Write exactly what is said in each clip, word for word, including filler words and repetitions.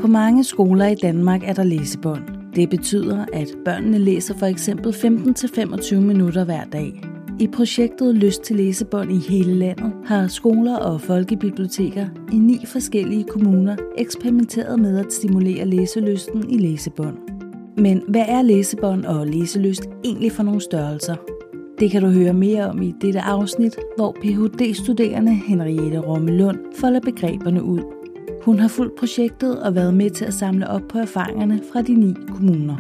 På mange skoler i Danmark er der læsebånd. Det betyder, at børnene læser for eksempel femten til femogtyve minutter hver dag. I projektet Lyst til læsebånd i hele landet har skoler og folkebiblioteker i ni forskellige kommuner eksperimenteret med at stimulere læselysten i læsebånd. Men hvad er læsebånd og læselyst egentlig for nogle størrelser? Det kan du høre mere om i dette afsnit, hvor P H D-studerende Henriette Rommelund folder begreberne ud. Hun har fulgt projektet og været med til at samle op på erfaringerne fra de ni kommuner.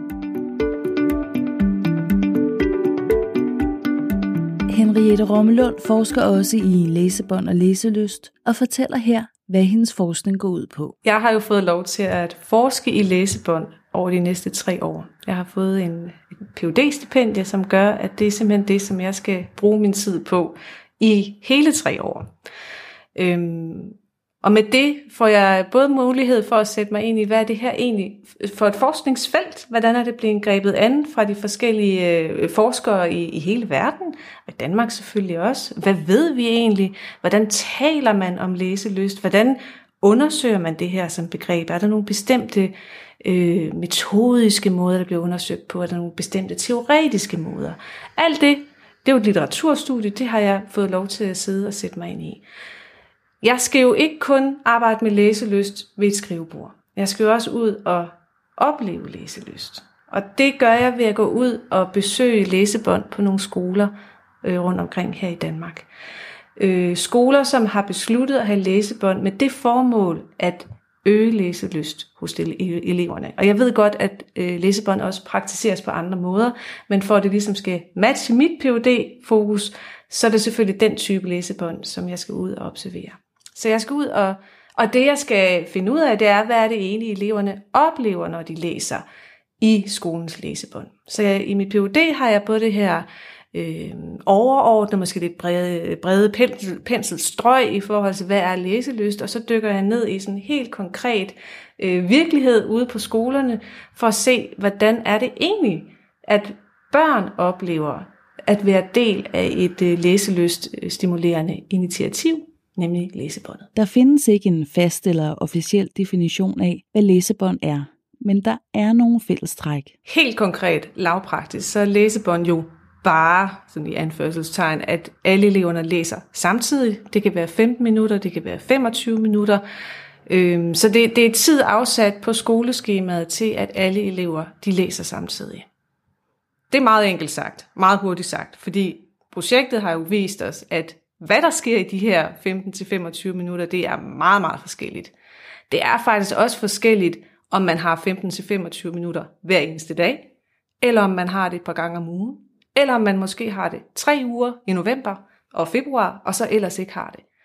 Henriette Rommelund forsker også i læsebånd og læselyst og fortæller her, hvad hendes forskning går ud på. Jeg har jo fået lov til at forske i læsebånd over de næste tre år. Jeg har fået en P H D-stipendie, som gør, at det er simpelthen det, som jeg skal bruge min tid på i hele tre år. Øhm, og med det får jeg både mulighed for at sætte mig ind i, hvad er det her egentlig for et forskningsfelt? Hvordan er det blevet grebet an fra de forskellige forskere i, i hele verden? Og Danmark selvfølgelig også. Hvad ved vi egentlig? Hvordan taler man om læselyst? Hvordan undersøger man det her som begreb? Er der nogle bestemte øh, metodiske måder, der bliver undersøgt på? Er der nogle bestemte teoretiske måder? Alt det, det er jo et litteraturstudie, det har jeg fået lov til at sidde og sætte mig ind i. Jeg skal jo ikke kun arbejde med læselyst ved et skrivebord. Jeg skal jo også ud og opleve læselyst. Og det gør jeg ved at gå ud og besøge læsebånd på nogle skoler øh, rundt omkring her i Danmark. Øh, skoler, som har besluttet at have læsebånd med det formål at øge læselyst hos eleverne. Og jeg ved godt, at øh, læsebånd også praktiseres på andre måder, men for at det ligesom skal matche mit P H D-fokus, så er det selvfølgelig den type læsebånd, som jeg skal ud og observere. Så jeg skal ud og, og det jeg skal finde ud af, det er, hvad er det egentlig eleverne oplever, når de læser i skolens læsebånd. Så jeg, i mit P H D har jeg både det her øh, overordnet, måske lidt brede, brede pensel, penselstrøg i forhold til, hvad er læselyst, og så dykker jeg ned i sådan en helt konkret øh, virkelighed ude på skolerne, for at se, hvordan er det egentlig, at børn oplever at være del af et øh, læselyst stimulerende initiativ, nemlig læsebåndet. Der findes ikke en fast eller officiel definition af, hvad læsebånd er, men der er nogle fællestræk. Helt konkret, lavpraktisk, så er læsebånd jo bare, sådan i anførselstegn, at alle eleverne læser samtidig. Det kan være femten minutter, det kan være femogtyve minutter. Øhm, så det, det er tid afsat på skoleskemaet til, at alle elever de læser samtidig. Det er meget enkelt sagt, meget hurtigt sagt, fordi projektet har jo vist os, at hvad der sker i de her femten til femogtyve minutter, det er meget, meget forskelligt. Det er faktisk også forskelligt, om man har femten til femogtyve minutter hver eneste dag, eller om man har det et par gange om ugen, eller om man måske har det tre uger i november og februar, og så ellers ikke har det.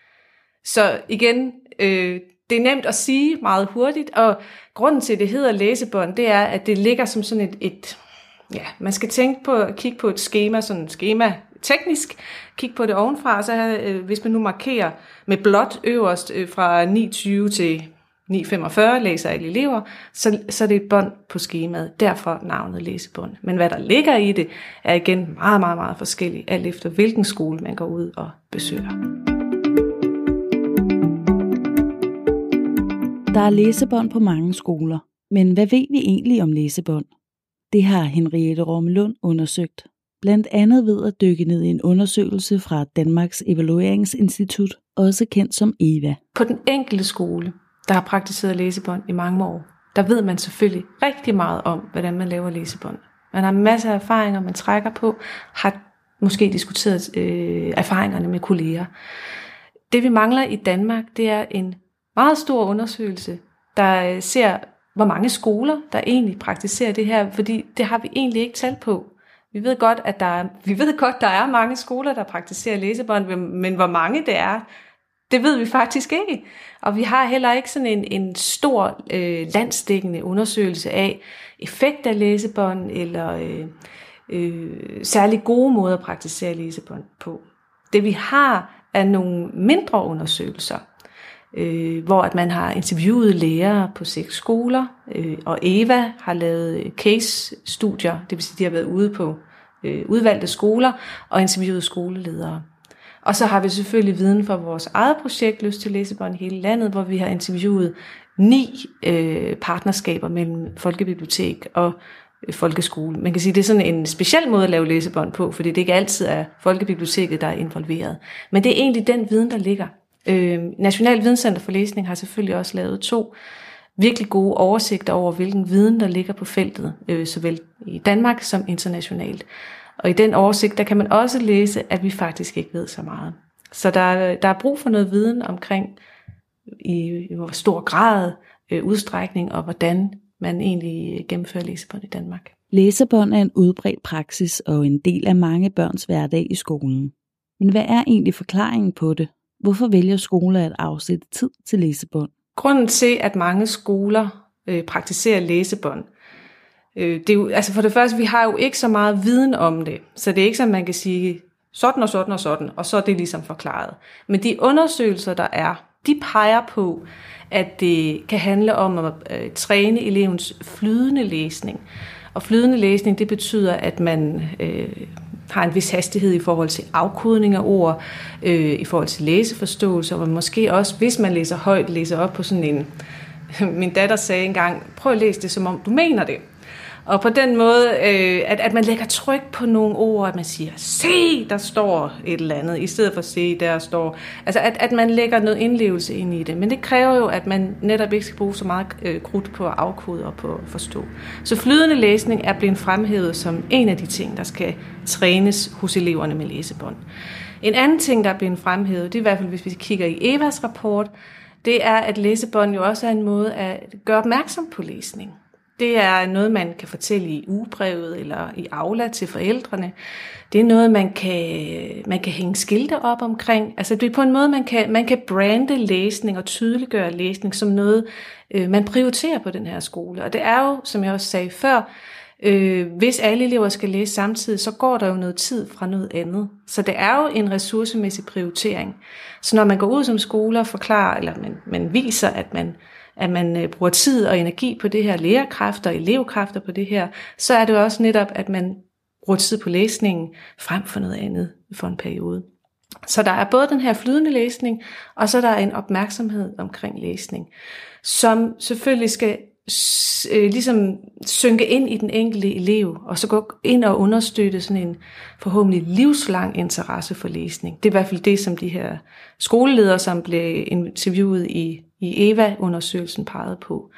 Så igen, øh, det er nemt at sige meget hurtigt, og grunden til, at det hedder læsebånd, det er, at det ligger som sådan et, et ja, man skal tænke på at kigge på et skema, sådan et skema teknisk, kigge på det ovenfra, så øh, hvis man nu markerer med blåt øverst øh, fra ni tyve til ni femogfyrre læser alle elever, så, så er det et bånd på skemaet, derfor navnet læsebånd. Men hvad der ligger i det, er igen meget, meget, meget forskelligt, alt efter hvilken skole man går ud og besøger. Der er læsebånd på mange skoler, men hvad ved vi egentlig om læsebånd? Det har Henriette Rommelund undersøgt. Blandt andet ved at dykke ned i en undersøgelse fra Danmarks Evalueringsinstitut, også kendt som E V A. På den enkelte skole, der har praktiseret læsebånd i mange år, der ved man selvfølgelig rigtig meget om, hvordan man laver læsebånd. Man har masser af erfaringer, man trækker på, har måske diskuteret øh, erfaringerne med kolleger. Det vi mangler i Danmark, det er en meget stor undersøgelse, der ser, hvor mange skoler, der egentlig praktiserer det her, fordi det har vi egentlig ikke tal på. Vi ved godt, at der er, vi ved godt, der er mange skoler, der praktiserer læsebånd, men hvor mange det er, det ved vi faktisk ikke. Og vi har heller ikke sådan en, en stor øh, landsdækkende undersøgelse af effekt af læsebånd, eller øh, øh, særlig gode måder at praktisere læsebånd på. Det vi har er nogle mindre undersøgelser, øh, hvor at man har interviewet lærere på seks skoler, øh, og E V A har lavet case-studier, det vil sige, de har været ude på øh, udvalgte skoler og interviewet skoleledere. Og så har vi selvfølgelig viden fra vores eget projekt, Lyst til læsebånd i hele landet, hvor vi har interviewet ni øh, partnerskaber mellem folkebibliotek og øh, folkeskole. Man kan sige, det er sådan en speciel måde at lave læsebånd på, fordi det ikke altid er folkebiblioteket, der er involveret. Men det er egentlig den viden, der ligger. Øh, National Videnscenter for Læsning har selvfølgelig også lavet to virkelig gode oversigter over, hvilken viden, der ligger på feltet, øh, såvel i Danmark som internationalt. Og i den oversigt, der kan man også læse, at vi faktisk ikke ved så meget. Så der, der er brug for noget viden omkring, i, i hvor stor grad, øh, udstrækning og hvordan man egentlig gennemfører læsebånd i Danmark. Læsebånd er en udbredt praksis og en del af mange børns hverdag i skolen. Men hvad er egentlig forklaringen på det? Hvorfor vælger skoler at afsætte tid til læsebånd? Grunden til, at mange skoler øh, praktiserer læsebånd, øh, det er jo, altså for det første, vi har jo ikke så meget viden om det, så det er ikke sådan, man kan sige sådan og sådan og sådan, og så er det ligesom forklaret. Men de undersøgelser, der er, de peger på, at det kan handle om at øh, træne elevens flydende læsning. Og flydende læsning, det betyder, at man øh, har en vis hastighed i forhold til afkodning af ord, øh, i forhold til læseforståelse, og måske også, hvis man læser højt, læser op på sådan en... Min datter sagde engang, prøv at læse det, som om du mener det. Og på den måde, øh, at, at man lægger tryk på nogle ord, at man siger, se, der står et eller andet, i stedet for se, der står... Altså, at, at man lægger noget indlevelse ind i det. Men det kræver jo, at man netop ikke skal bruge så meget øh, krudt på at afkode og på at forstå. Så flydende læsning er blevet fremhævet som en af de ting, der skal trænes hos eleverne med læsebånd. En anden ting, der er blevet fremhævet, det er i hvert fald, hvis vi kigger i Evas rapport, det er, at læsebånd jo også er en måde at gøre opmærksom på læsning. Det er noget, man kan fortælle i ugebrevet eller i Aula til forældrene. Det er noget, man kan, man kan hænge skilte op omkring. Altså det er på en måde, man kan, man kan brande læsning og tydeliggøre læsning som noget, øh, man prioriterer på den her skole. Og det er jo, som jeg også sagde før, øh, hvis alle elever skal læse samtidig, så går der jo noget tid fra noget andet. Så det er jo en ressourcemæssig prioritering. Så når man går ud som skole og forklarer, eller man, man viser, at man at man bruger tid og energi på det her, lærerkræfter og elevkræfter på det her, så er det også netop, at man bruger tid på læsningen frem for noget andet for en periode. Så der er både den her flydende læsning, og så der er en opmærksomhed omkring læsning, som selvfølgelig skal øh, ligesom synke ind i den enkelte elev, og så gå ind og understøtte sådan en forhåbentlig livslang interesse for læsning. Det er i hvert fald det, som de her skoleledere, som blev interviewet i i Eva-undersøgelsen pegede på.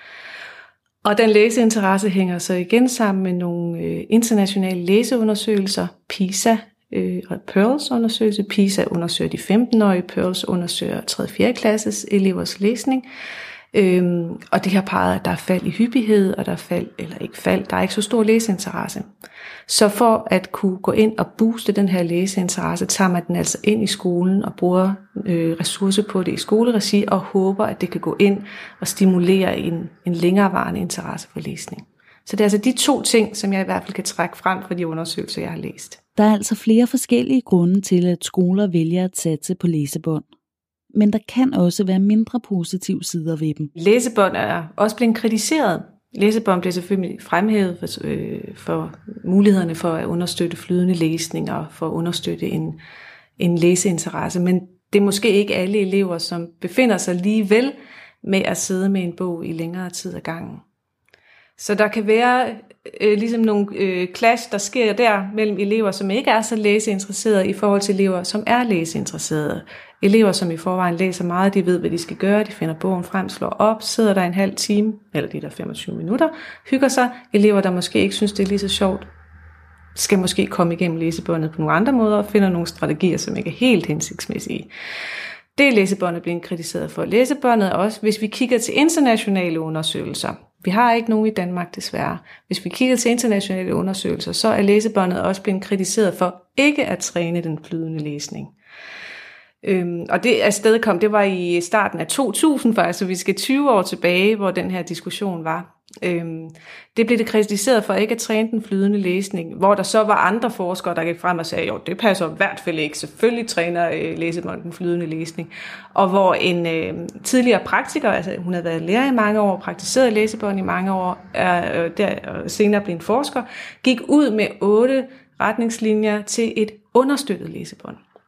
Og den læseinteresse hænger så igen sammen med nogle øh, internationale læseundersøgelser, PISA øh, og Pearls undersøgelse. PISA undersøger de femten-årige, Pearls undersøger tredje og fjerde klasses elevers læsning. Øhm, og det har peget, at der er fald i hyppighed, og der er fald, eller ikke fald, der er ikke så stor læseinteresse. Så for at kunne gå ind og booste den her læseinteresse, tager man den altså ind i skolen og bruger øh, ressourcer på det i skoleregi, og håber, at det kan gå ind og stimulere en, en længerevarende interesse for læsning. Så det er altså de to ting, som jeg i hvert fald kan trække frem fra de undersøgelser, jeg har læst. Der er altså flere forskellige grunde til, at skoler vælger at satse på læsebånd. Men der kan også være mindre positive sider ved dem. Læsebånd er også blevet kritiseret. Læsebånd bliver selvfølgelig fremhævet for, øh, for mulighederne for at understøtte flydende læsning og for at understøtte en, en læseinteresse. Men det er måske ikke alle elever, som befinder sig lige vel med at sidde med en bog i længere tid ad gangen. Så der kan være øh, ligesom nogle øh, clash, der sker der mellem elever, som ikke er så læseinteresserede i forhold til elever, som er læseinteresserede. Elever, som i forvejen læser meget, de ved, hvad de skal gøre, de finder bogen frem, slår op, sidder der en halv time, eller de der femogtyve minutter, hygger sig. Elever, der måske ikke synes, det er lige så sjovt, skal måske komme igennem læsebåndet på nogle andre måder og finder nogle strategier, som ikke er helt hensigtsmæssige. Det er læsebåndet blevet kritiseret for. Læsebåndet også, hvis vi kigger til internationale undersøgelser. Vi har ikke nogen i Danmark desværre. Hvis vi kigger til internationale undersøgelser, så er læsebåndet også blevet kritiseret for ikke at træne den flydende læsning. Øhm, og det afstedkom, det var i starten af to tusind faktisk, så vi skal tyve år tilbage, hvor den her diskussion var. Øhm, det blev det kritiseret for ikke at træne den flydende læsning, hvor der så var andre forskere, der gik frem og sagde, jo, det passer i hvert fald ikke, selvfølgelig træner øh, læsebånd den flydende læsning. Og hvor en øh, tidligere praktiker, altså hun havde været lærer i mange år, praktiseret læsebånd i mange år, øh, der, og senere blev en forsker, gik ud med otte retningslinjer til et understøttet læsebånd.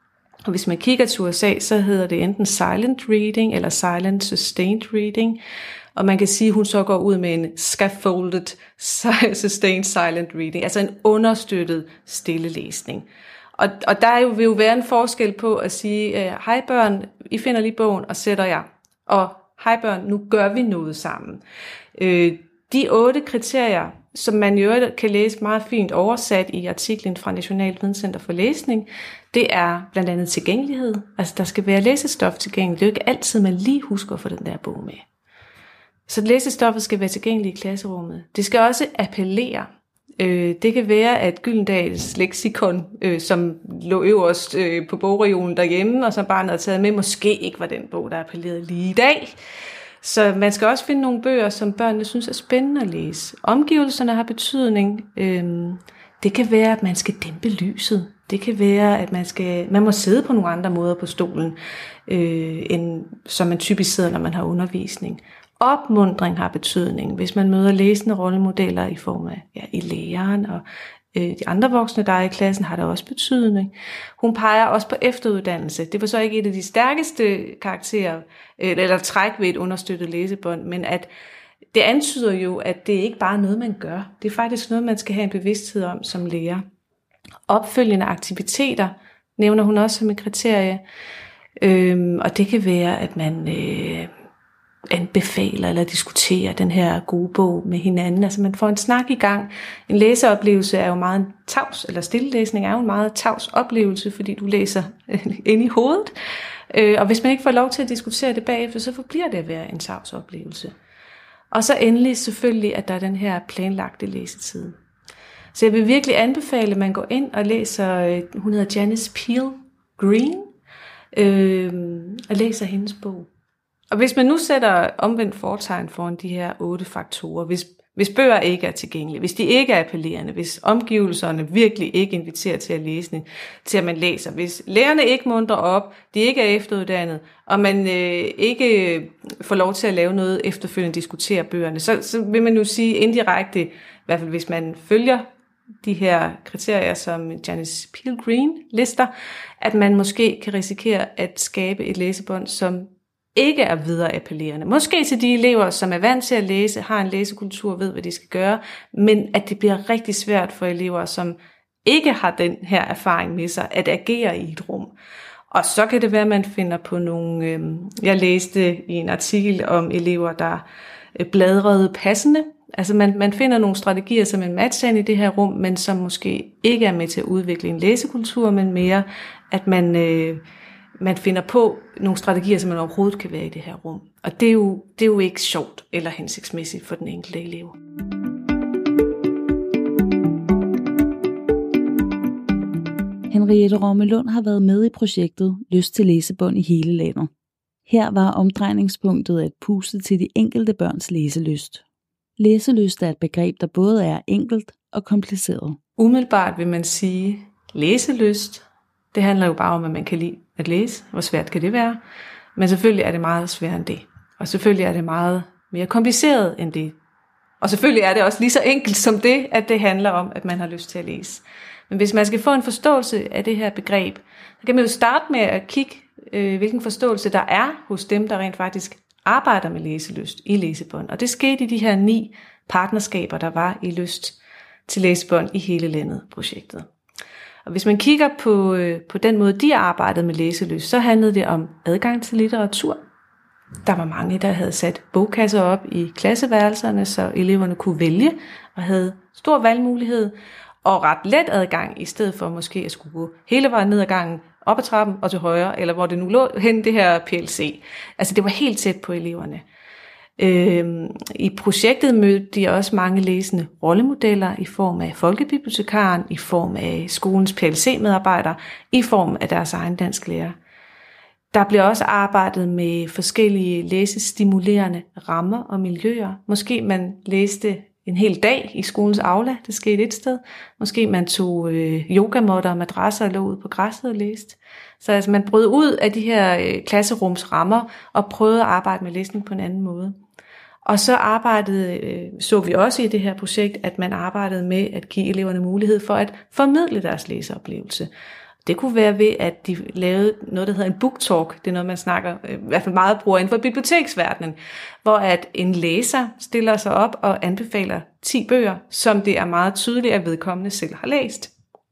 Og hvis man kigger til U S A, så hedder det enten silent reading eller silent sustained reading. Og man kan sige, at hun så går ud med en scaffolded sustained silent reading, altså en understøttet stille læsning. Og, og der jo, vil jo være en forskel på at sige, hej børn, I finder lige bogen og sætter jer. Og hej børn, nu gør vi noget sammen. Øh, de otte kriterier, som man jo kan læse meget fint oversat i artiklen fra Nationalt Videnscenter for Læsning, det er blandt andet tilgængelighed. Altså der skal være læsestof tilgængeligt. Det er jo ikke altid, man lige husker at få den der bog med. Så læsestoffet skal være tilgængeligt i klasserummet. Det skal også appellere. Øh, det kan være, at Gyldendals leksikon, øh, som lå øverst øh, på bogreolen derhjemme, og som barnet har taget med, måske ikke var den bog, der appellerede lige i dag. Så man skal også finde nogle bøger, som børnene synes er spændende at læse. Omgivelserne har betydning. Øh, det kan være, at man skal dæmpe lyset. Det kan være, at man skal, man må sidde på nogle andre måder på stolen, øh, end som man typisk sidder, når man har undervisning. Opmuntring har betydning, hvis man møder læsende rollemodeller i form af ja, i læreren og øh, de andre voksne, der er i klassen, har der også betydning. Hun peger også på efteruddannelse. Det var så ikke et af de stærkeste karakterer øh, eller træk ved et understøttet læsebånd, men at det antyder jo, at det ikke bare er noget, man gør. Det er faktisk noget, man skal have en bevidsthed om som lærer. Opfølgende aktiviteter nævner hun også som et kriterie, øhm, og det kan være, at man øh, anbefaler eller diskuterer den her gode bog med hinanden. Altså man får en snak i gang. En læseoplevelse er jo meget en tavs, eller stillelæsning er jo en meget tavs oplevelse, fordi du læser ind i hovedet. Øh, og hvis man ikke får lov til at diskutere det bagefter, så forbliver det at være en tavs oplevelse. Og så endelig selvfølgelig, at der er den her planlagte læsetid. Så jeg vil virkelig anbefale, at man går ind og læser, hun hedder Janice Peel Green, øh, og læser hendes bog. Og hvis man nu sætter omvendt fortegn foran de her otte faktorer, hvis, hvis bøger ikke er tilgængelige, hvis de ikke er appellerende, hvis omgivelserne virkelig ikke inviterer til at læsning, til at man læser, hvis lærerne ikke muntrer op, de ikke er efteruddannet, og man øh, ikke får lov til at lave noget efterfølgende diskutere bøgerne, så, så vil man jo sige indirekte, i hvert fald hvis man følger de her kriterier, som Janice Peel Green lister, at man måske kan risikere at skabe et læsebånd, som ikke er videre appellerende. Måske til de elever, som er vant til at læse, har en læsekultur, ved hvad de skal gøre, men at det bliver rigtig svært for elever, som ikke har den her erfaring med sig, at agere i et rum. Og så kan det være, at man finder på nogle... Øh, jeg læste i en artikel om elever, der bladrede passende. Altså man, man finder nogle strategier, som en matcher ind i det her rum, men som måske ikke er med til at udvikle en læsekultur, men mere, at man... Øh, man finder på nogle strategier, som man overhovedet kan være i det her rum. Og det er jo, det er jo ikke sjovt eller hensigtsmæssigt for den enkelte elev. Henriette Rømelund har været med i projektet Lyst til læsebånd i hele landet. Her var omdrejningspunktet at puste til de enkelte børns læselyst. Læselyst er et begreb, der både er enkelt og kompliceret. Umiddelbart vil man sige læselyst. Det handler jo bare om, at man kan lide at læse. Hvor svært kan det være? Men selvfølgelig er det meget sværere end det. Og selvfølgelig er det meget mere kompliceret end det. Og selvfølgelig er det også lige så enkelt som det, at det handler om, at man har lyst til at læse. Men hvis man skal få en forståelse af det her begreb, så kan man jo starte med at kigge, øh, hvilken forståelse der er hos dem, der rent faktisk arbejder med læselyst i læsebånd. Og det skete i de her ni partnerskaber, der var i Lyst til læsebånd i hele landet projektet. Og hvis man kigger på, øh, på den måde, de arbejdede med læselyst, så handlede det om adgang til litteratur. Der var mange, der havde sat bogkasser op i klasseværelserne, så eleverne kunne vælge og havde stor valgmulighed og ret let adgang, i stedet for måske at skulle gå hele vejen ned ad gangen, op ad trappen og til højre, eller hvor det nu lå hen, det her P L C. Altså det var helt tæt på eleverne. Øhm, I projektet mødte de også mange læsende rollemodeller i form af folkebibliotekaren, i form af skolens P L C-medarbejdere, i form af deres egen dansklærer. Der blev også arbejdet med forskellige læsestimulerende rammer og miljøer. Måske man læste en hel dag i skolens aula, det skete et sted. Måske man tog øh, yogamåtter og madrasser og lå ud på græsset og læste. Så altså, man brød ud af de her øh, klasserumsrammer og prøvede at arbejde med læsning på en anden måde. Og så arbejdede, øh, så vi også i det her projekt, at man arbejdede med at give eleverne mulighed for at formidle deres læseoplevelse. Det kunne være ved, at de lavede noget, der hedder en book talk. Det er noget, man snakker, i hvert fald meget bruger inden for biblioteksverdenen, hvor at en læser stiller sig op og anbefaler ti bøger, som det er meget tydeligt, at vedkommende selv har læst.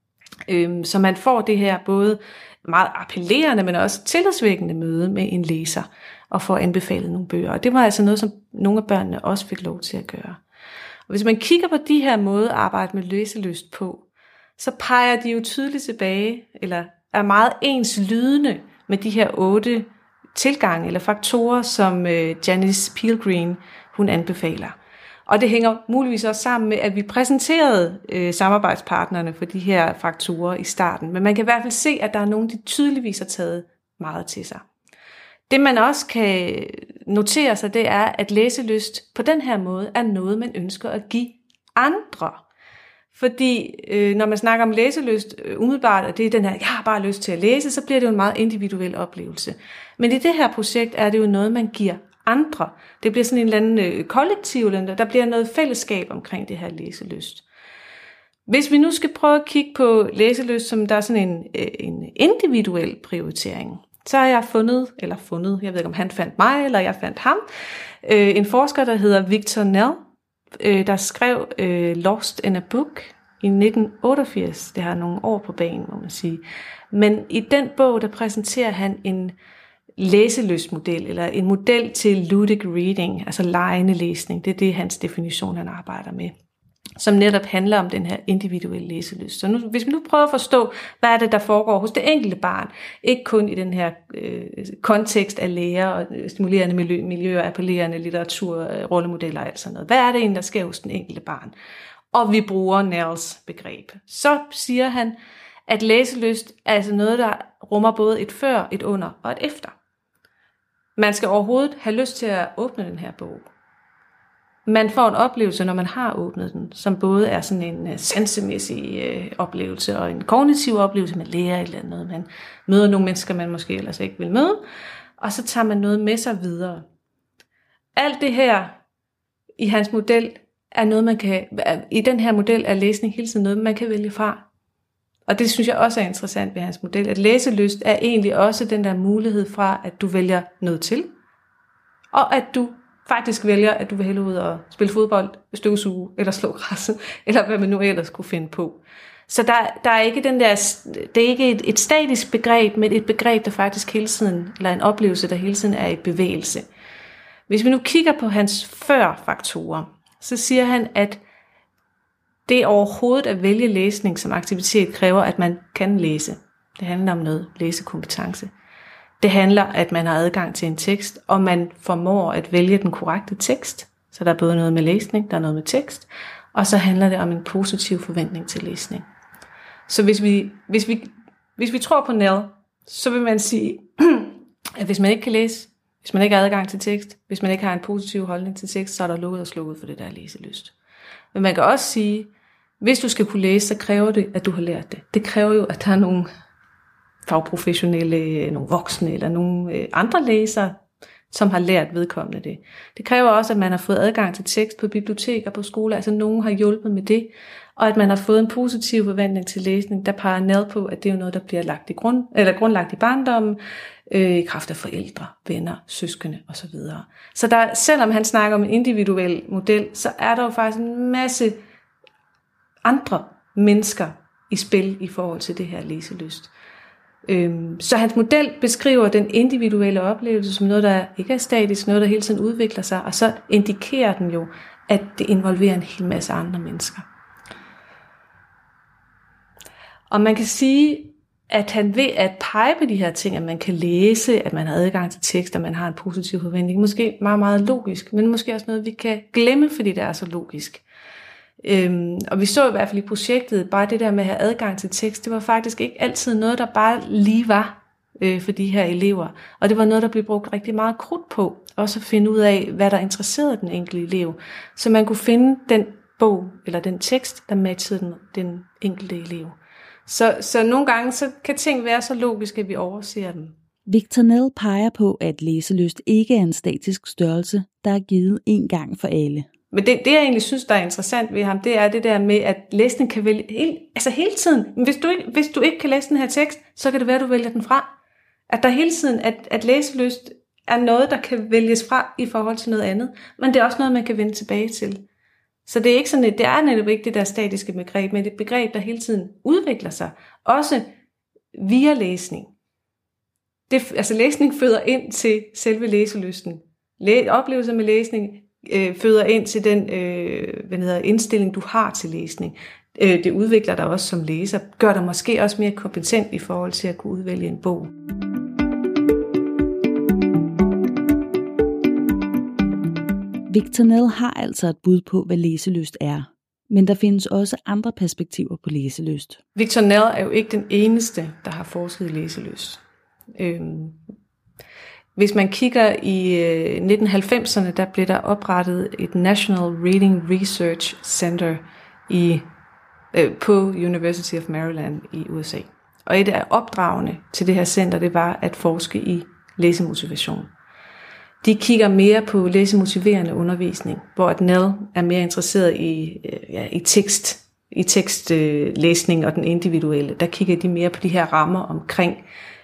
Øhm, så man får det her både meget appellerende, men også tillidsvækkende møde med en læser, og får anbefalet nogle bøger. Og det var altså noget, som nogle af børnene også fik lov til at gøre. Og hvis man kigger på de her måder at arbejde med læselyst på, så peger de jo tydeligt tilbage, eller er meget enslydende med de her otte tilgange eller faktorer, som øh, Janice Pilgrim hun anbefaler. Og det hænger muligvis også sammen med, at vi præsenterede øh, samarbejdspartnerne for de her faktorer i starten. Men man kan i hvert fald se, at der er nogle, de tydeligvis har taget meget til sig. Det man også kan notere sig, det er, at læselyst på den her måde er noget, man ønsker at give andre. Fordi øh, når man snakker om læselyst øh, umiddelbart, og det er den her, jeg har bare lyst til at læse, så bliver det jo en meget individuel oplevelse. Men i det her projekt er det jo noget, man giver andre. Det bliver sådan en eller anden øh, kollektiv, der bliver noget fællesskab omkring det her læselyst. Hvis vi nu skal prøve at kigge på læselyst, som der er sådan en, øh, en individuel prioritering, så har jeg fundet, eller fundet, jeg ved ikke om han fandt mig, eller jeg fandt ham, øh, en forsker, der hedder Victor Nell, øh, der skrev øh, Lost in a Book i nitten otteogfirs. Det har nogle år på banen, må man sige. Men i den bog, der præsenterer han en læselystmodel, eller en model til ludic reading, altså legende læsning. Det er det, hans definition, han arbejder med, som netop handler om den her individuelle læselyst. Så nu, hvis vi nu prøver at forstå, hvad er det, der foregår hos det enkelte barn, ikke kun i den her øh, kontekst af lærer og stimulerende miljø, miljøer, appellerende litteratur, rollemodeller og alt sådan noget. Hvad er det egentlig, der sker hos den enkelte barn? Og vi bruger Nells begreb. Så siger han, at læselyst er altså noget, der rummer både et før, et under og et efter. Man skal overhovedet have lyst til at åbne den her bog. Man får en oplevelse, når man har åbnet den, som både er sådan en uh, sansemæssig uh, oplevelse og en kognitiv oplevelse, man lærer et eller andet. Man møder nogle mennesker, man måske ellers ikke vil møde, og så tager man noget med sig videre. Alt det her i hans model er noget, man kan, i den her model er læsning hele tiden noget, man kan vælge fra. Og det synes jeg også er interessant ved hans model, at læselyst er egentlig også den der mulighed fra, at du vælger noget til, og at du faktisk vælger, at du vil hælde ud og spille fodbold, støvsuge, eller slå græsset, eller hvad man nu ellers kunne finde på. Så der, der er ikke den der, det er ikke et, et statisk begreb, men et begreb, der faktisk hele tiden, eller en oplevelse, der hele tiden er i bevægelse. Hvis vi nu kigger på hans før-faktorer, så siger han, at det overhovedet at vælge læsning som aktivitet kræver, at man kan læse. Det handler om noget læsekompetence. Det handler, at man har adgang til en tekst, og man formår at vælge den korrekte tekst. Så der er både noget med læsning, der er noget med tekst, og så handler det om en positiv forventning til læsning. Så hvis vi, hvis vi, hvis vi tror på Nell, så vil man sige, at hvis man ikke kan læse, hvis man ikke har adgang til tekst, hvis man ikke har en positiv holdning til tekst, så er der lukket og slukket for det der læselyst. Men man kan også sige, hvis du skal kunne læse, så kræver det, at du har lært det. Det kræver jo, at der er nogle fagprofessionelle, nogle voksne eller nogle andre læsere, som har lært vedkommende det. Det kræver også, at man har fået adgang til tekst på biblioteker, på skoler, altså nogen har hjulpet med det, og at man har fået en positiv forventning til læsning, der peger ned på, at det er noget, der bliver lagt i grund, eller grundlagt i barndommen, øh, i kraft af forældre, venner, søskende osv. Så der, selvom han snakker om en individuel model, så er der jo faktisk en masse andre mennesker i spil i forhold til det her læselyst. Så hans model beskriver den individuelle oplevelse som noget, der ikke er statisk, noget, der hele tiden udvikler sig, og så indikerer den jo, at det involverer en hel masse andre mennesker. Og man kan sige, at han ved at pege på de her ting, at man kan læse, at man har adgang til tekst, at man har en positiv forventning, måske meget, meget logisk, men måske også noget, vi kan glemme, fordi det er så logisk. Øhm, og vi så i hvert fald i projektet, bare det der med at have adgang til tekst, det var faktisk ikke altid noget, der bare lige var øh, for de her elever. Og det var noget, der blev brugt rigtig meget krudt på, også at finde ud af, hvad der interesserede den enkelte elev. Så man kunne finde den bog, eller den tekst, der matchede den, den enkelte elev. Så, så nogle gange så kan ting være så logiske, at vi overser dem. Victor Nell peger på, at læselyst ikke er en statisk størrelse, der er givet én gang for alle. Men det, det, jeg egentlig synes, der er interessant ved ham, det er det der med, at læsning kan vælge hele, altså hele tiden. Hvis du, ikke, hvis du ikke kan læse den her tekst, så kan det være, at du vælger den fra. At der hele tiden, at, at læselyst er noget, der kan vælges fra i forhold til noget andet. Men det er også noget, man kan vende tilbage til. Så det er ikke sådan, det er netop ikke det der statiske begreb, men det er et begreb, der hele tiden udvikler sig. Også via læsning. Det, altså læsning føder ind til selve læselysten. Læ- oplevelser med læsning øh, føder ind til den øh, hvad hedder, indstilling, du har til læsning. Øh, det udvikler dig også som læser. Gør dig måske også mere kompetent i forhold til at kunne udvælge en bog. Victor Nell har altså et bud på, hvad læselyst er. Men der findes også andre perspektiver på læselyst. Victor Nell er jo ikke den eneste, der har forsket i læselyst. Øhm, hvis man kigger i øh, nitten halvfemserne, der blev der oprettet et National Reading Research Center i, øh, på University of Maryland i U S A. Og et af opdragene til det her center, det var at forske i læsemotivation. De kigger mere på læsemotiverende undervisning, hvor at Nell er mere interesseret i, ja, i tekst, i tekstlæsning og den individuelle. Der kigger de mere på de her rammer omkring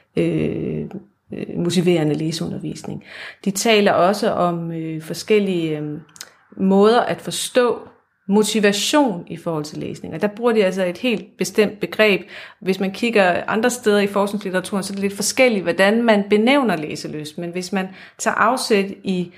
øh, motiverende læseundervisning. De taler også om øh, forskellige øh, måder at forstå motivation i forhold til læsning. Og der bruger de altså et helt bestemt begreb. Hvis man kigger andre steder i forskningslitteraturen, så er det lidt forskelligt, hvordan man benævner læselyst. Men hvis man tager afsæt i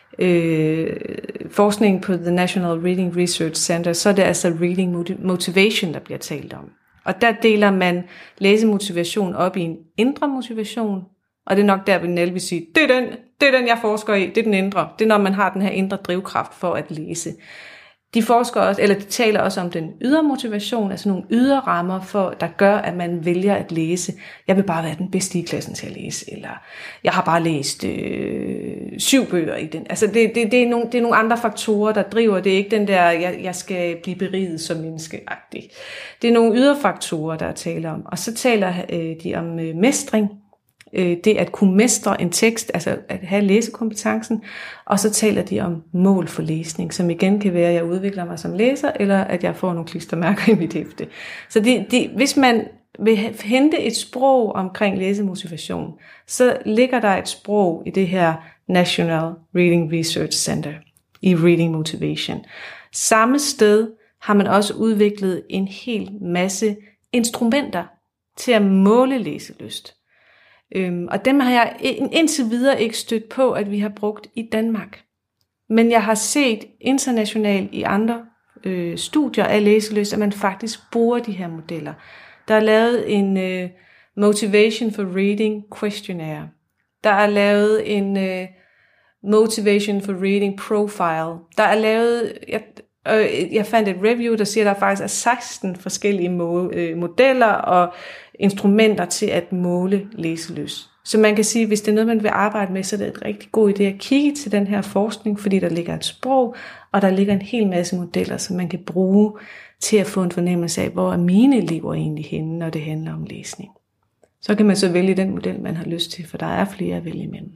øh, forskningen på The National Reading Research Center, så er det altså reading motivation, der bliver talt om. Og der deler man læsemotivation op i en indre motivation, og det er nok der, hvor Nell vil sige, det er den, det er den, jeg forsker i, det er den indre. Det er, når man har den her indre drivkraft for at læse. De forsker også, eller de taler også om den ydre motivation, altså nogle ydre rammer, for, der gør, at man vælger at læse. Jeg vil bare være den bedste i klassen til at læse, eller jeg har bare læst øh, syv bøger i den. Altså det, det, det, er nogle, det er nogle andre faktorer, der driver. Det er ikke den der, jeg, jeg skal blive beriget som menneskeagtig. Det er nogle ydre faktorer, der er tale om. Og så taler øh, de om øh, mestring. Det at kunne mestre en tekst, altså at have læsekompetencen, og så taler de om mål for læsning, som igen kan være, at jeg udvikler mig som læser, eller at jeg får nogle klistermærker i mit hæfte. Så de, de, hvis man vil hente et sprog omkring læsemotivation, så ligger der et sprog i det her National Reading Research Center, i Reading Motivation. Samme sted har man også udviklet en hel masse instrumenter til at måle læselyst. Øhm, og dem har jeg indtil videre ikke stødt på, at vi har brugt i Danmark. Men jeg har set internationalt i andre øh, studier af læselyst, at man faktisk bruger de her modeller. Der er lavet en øh, Motivation for Reading Questionnaire. Der er lavet en øh, Motivation for Reading Profile. Der er lavet... Jeg, øh, jeg fandt et review, der siger, at der faktisk er seksten forskellige mo- øh, modeller og instrumenter til at måle læselyst. Så man kan sige, at hvis det er noget, man vil arbejde med, så er det et rigtig god idé at kigge til den her forskning, fordi der ligger et sprog, og der ligger en hel masse modeller, som man kan bruge til at få en fornemmelse af, hvor er mine elever egentlig henne, når det handler om læsning. Så kan man så vælge den model, man har lyst til, for der er flere at vælge imellem.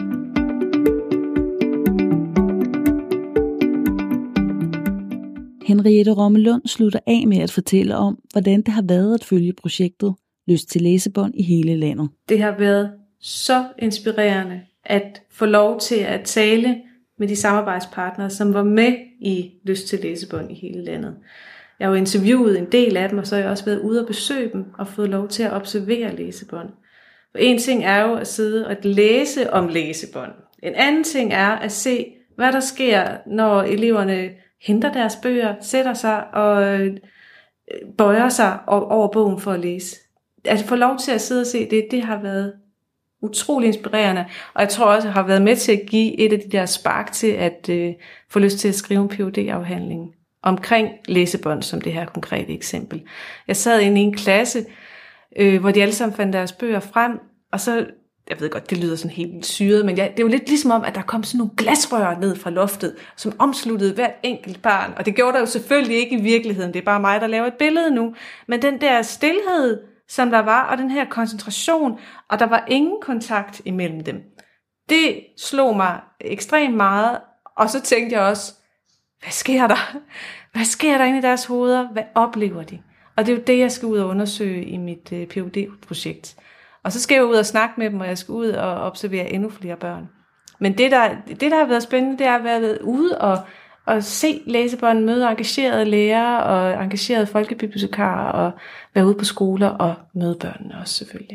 Henriette Rommelund slutter af med at fortælle om, hvordan det har været at følge projektet Lyst til læsebånd i hele landet. Det har været så inspirerende at få lov til at tale med de samarbejdspartnere, som var med i Lyst til læsebånd i hele landet. Jeg har jo interviewet en del af dem, og så har jeg også været ude og besøge dem og fået lov til at observere læsebånd. For en ting er jo at sidde og læse om læsebånd. En anden ting er at se, hvad der sker, når eleverne henter deres bøger, sætter sig og bøjer sig over bogen for at læse. At få lov til at sidde og se det, det har været utrolig inspirerende. Og jeg tror også, jeg har været med til at give et af de der spark til at øh, få lyst til at skrive en P H D-afhandling omkring læsebånd, som det her konkrete eksempel. Jeg sad inde i en klasse, øh, hvor de alle sammen fandt deres bøger frem, og så, jeg ved godt, det lyder sådan helt syret, men jeg, det er jo lidt ligesom om, at der kom sådan nogle glasrør ned fra loftet, som omsluttede hvert enkelt barn. Og det gjorde der jo selvfølgelig ikke i virkeligheden, det er bare mig, der laver et billede nu. Men den der stilhed, som der var, og den her koncentration, og der var ingen kontakt imellem dem. Det slog mig ekstremt meget, og så tænkte jeg også, hvad sker der? Hvad sker der inde i deres hoveder? Hvad oplever de? Og det er jo det, jeg skal ud og undersøge i mit øh, P H D-projekt. Og så skal jeg ud og snakke med dem, og jeg skal ud og observere endnu flere børn. Men det, der, det, der har været spændende, det er at være ude og, og se læsebånd, møde engagerede lærere og engagerede folkebibliotekarer, og være ude på skoler og møde børnene også selvfølgelig.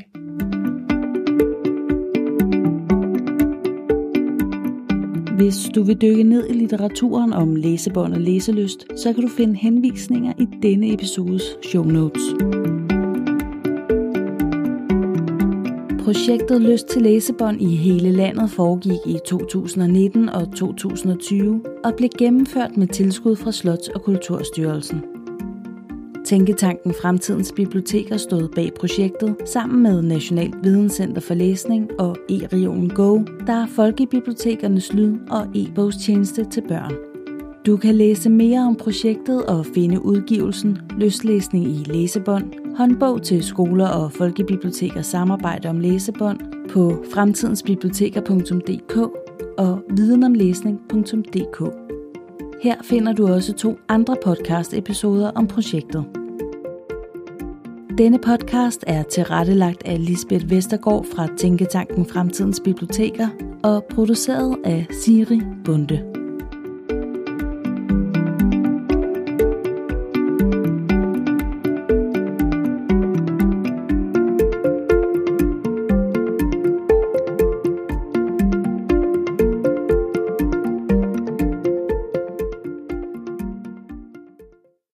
Hvis du vil dykke ned i litteraturen om læsebånd og læselyst, så kan du finde henvisninger i denne episodes show notes. Projektet Lyst til læsebånd i hele landet foregik i to tusind nitten og to tusind tyve og blev gennemført med tilskud fra Slots- og Kulturstyrelsen. Tænketanken Fremtidens Biblioteker stod bag projektet sammen med Nationalt Videnscenter for Læsning og eReolen Go, der er folkebibliotekernes lyd- og e-bogstjeneste til børn. Du kan læse mere om projektet og finde udgivelsen Lystlæsning i læsebånd, håndbog til skoler og folkebibliotekers samarbejde om læsebånd på fremtidensbiblioteker punktum d k og videnomlæsning punktum d k. Her finder du også to andre podcast-episoder om projektet. Denne podcast er tilrettelagt af Lisbeth Vestergaard fra Tænketanken Fremtidens Biblioteker og produceret af Siri Bunde.